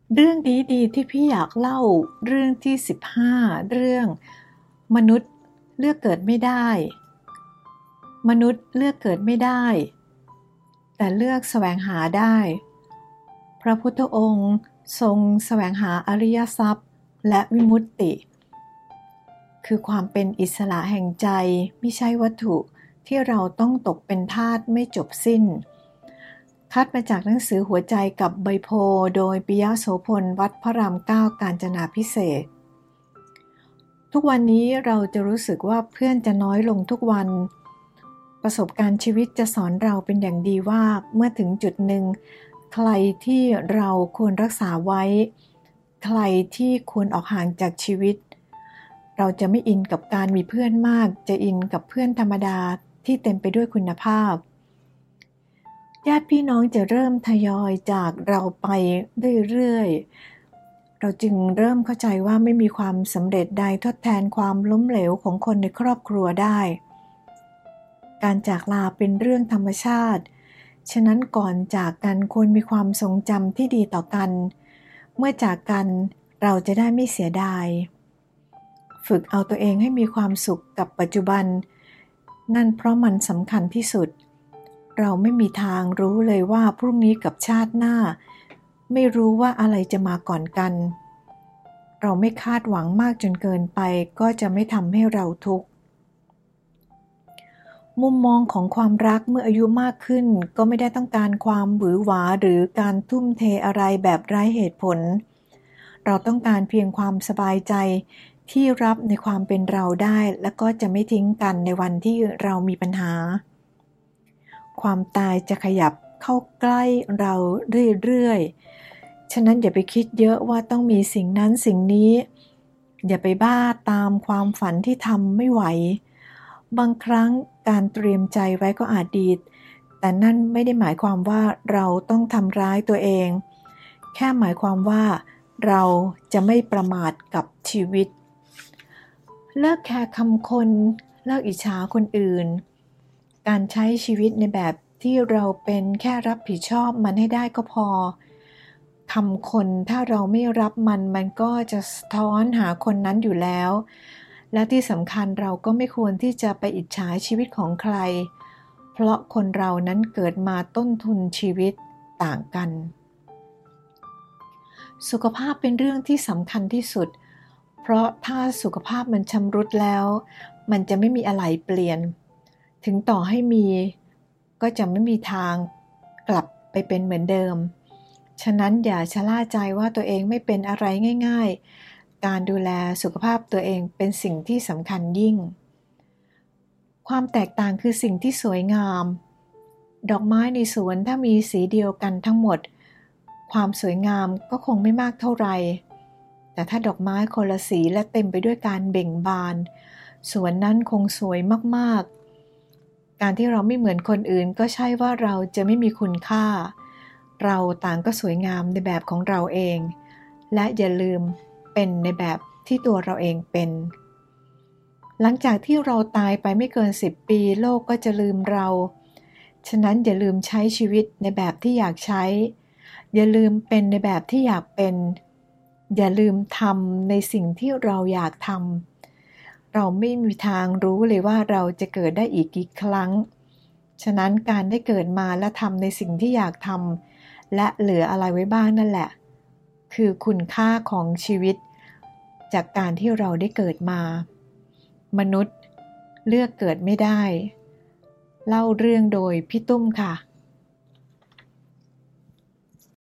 เรื่องดีๆที่พี่อยากเล่าเรื่องที่15เรื่องมนุษย์เลือกเกิดไม่ได้มนุษย์เลือกเกิดไม่ได้แต่เลือกแสวงหาได้พระพุทธองค์ทรงแสวงหาอริยทรัพย์และวิมุตติคือความเป็นอิสระแห่งใจไม่ใช่วัตถุที่เราต้องตกเป็นทาสไม่จบสิ้นคัดมาจากหนังสือหัวใจกับใบโพธิ์โดยปิยะโสพลวัดพระรามเก้ากาญจนาภิเษกทุกวันนี้เราจะรู้สึกว่าเพื่อนจะน้อยลงทุกวันประสบการณ์ชีวิตจะสอนเราเป็นอย่างดีว่าเมื่อถึงจุดหนึ่งใครที่เราควรรักษาไว้ใครที่ควรออกห่างจากชีวิตเราจะไม่อินกับการมีเพื่อนมากจะอินกับเพื่อนธรรมดาที่เต็มไปด้วยคุณภาพญาติพี่น้องจะเริ่มทยอยจากเราไปเรื่อยๆเราจึงเริ่มเข้าใจว่าไม่มีความสำเร็จใดทดแทนความล้มเหลวของคนในครอบครัวได้การจากลาเป็นเรื่องธรรมชาติฉะนั้นก่อนจากกันควรมีความทรงจำที่ดีต่อกันเมื่อจากกันเราจะได้ไม่เสียดายฝึกเอาตัวเองให้มีความสุขกับปัจจุบันนั่นเพราะมันสำคัญที่สุดเราไม่มีทางรู้เลยว่าพรุ่งนี้กับชาติหน้าไม่รู้ว่าอะไรจะมาก่อนกันเราไม่คาดหวังมากจนเกินไปก็จะไม่ทำให้เราทุกข์มุมมองของความรักเมื่ออายุมากขึ้นก็ไม่ได้ต้องการความหวือหวาหรือการทุ่มเทอะไรแบบไร้เหตุผลเราต้องการเพียงความสบายใจที่รับในความเป็นเราได้และก็จะไม่ทิ้งกันในวันที่เรามีปัญหาความตายจะขยับเข้าใกล้เราเรื่อยๆฉะนั้นอย่าไปคิดเยอะว่าต้องมีสิ่งนั้นสิ่งนี้อย่าไปบ้าตามความฝันที่ทำไม่ไหวบางครั้งการเตรียมใจไว้ก็อาจดีแต่นั่นไม่ได้หมายความว่าเราต้องทำร้ายตัวเองแค่หมายความว่าเราจะไม่ประมาทกับชีวิตเลิกแคร์คำคนเลิกอิจฉาคนอื่นการใช้ชีวิตในแบบที่เราเป็นแค่รับผิดชอบมันให้ได้ก็พอคำคนถ้าเราไม่รับมันก็จะสะท้อนหาคนนั้นอยู่แล้วและที่สำคัญเราก็ไม่ควรที่จะไปอิจฉาชีวิตของใครเพราะคนเรานั้นเกิดมาต้นทุนชีวิตต่างกันสุขภาพเป็นเรื่องที่สำคัญที่สุดเพราะถ้าสุขภาพมันชำรุดแล้วมันจะไม่มีอะไรเปลี่ยนถึงต่อให้มีก็จะไม่มีทางกลับไปเป็นเหมือนเดิมฉะนั้นอย่าชะล่าใจว่าตัวเองไม่เป็นอะไรง่ายๆการดูแลสุขภาพตัวเองเป็นสิ่งที่สำคัญยิ่งความแตกต่างคือสิ่งที่สวยงามดอกไม้ในสวนถ้ามีสีเดียวกันทั้งหมดความสวยงามก็คงไม่มากเท่าไหร่แต่ถ้าดอกไม้คนละสีและเต็มไปด้วยการเบ่งบานสวนนั้นคงสวยมากๆการที่เราไม่เหมือนคนอื่นก็ใช่ว่าเราจะไม่มีคุณค่าเราต่างก็สวยงามในแบบของเราเองและอย่าลืมเป็นในแบบที่ตัวเราเองเป็นหลังจากที่เราตายไปไม่เกิน10 ปีโลกก็จะลืมเราฉะนั้นอย่าลืมใช้ชีวิตในแบบที่อยากใช้อย่าลืมเป็นในแบบที่อยากเป็นอย่าลืมทำในสิ่งที่เราอยากทำเราไม่มีทางรู้เลยว่าเราจะเกิดได้อีกกี่ครั้งฉะนั้นการได้เกิดมาและทำในสิ่งที่อยากทำและเหลืออะไรไว้บ้างนั่นแหละคือคุณค่าของชีวิตจากการที่เราได้เกิดมามนุษย์เลือกเกิดไม่ได้เล่าเรื่องโดยพี่ตุ้มค่ะ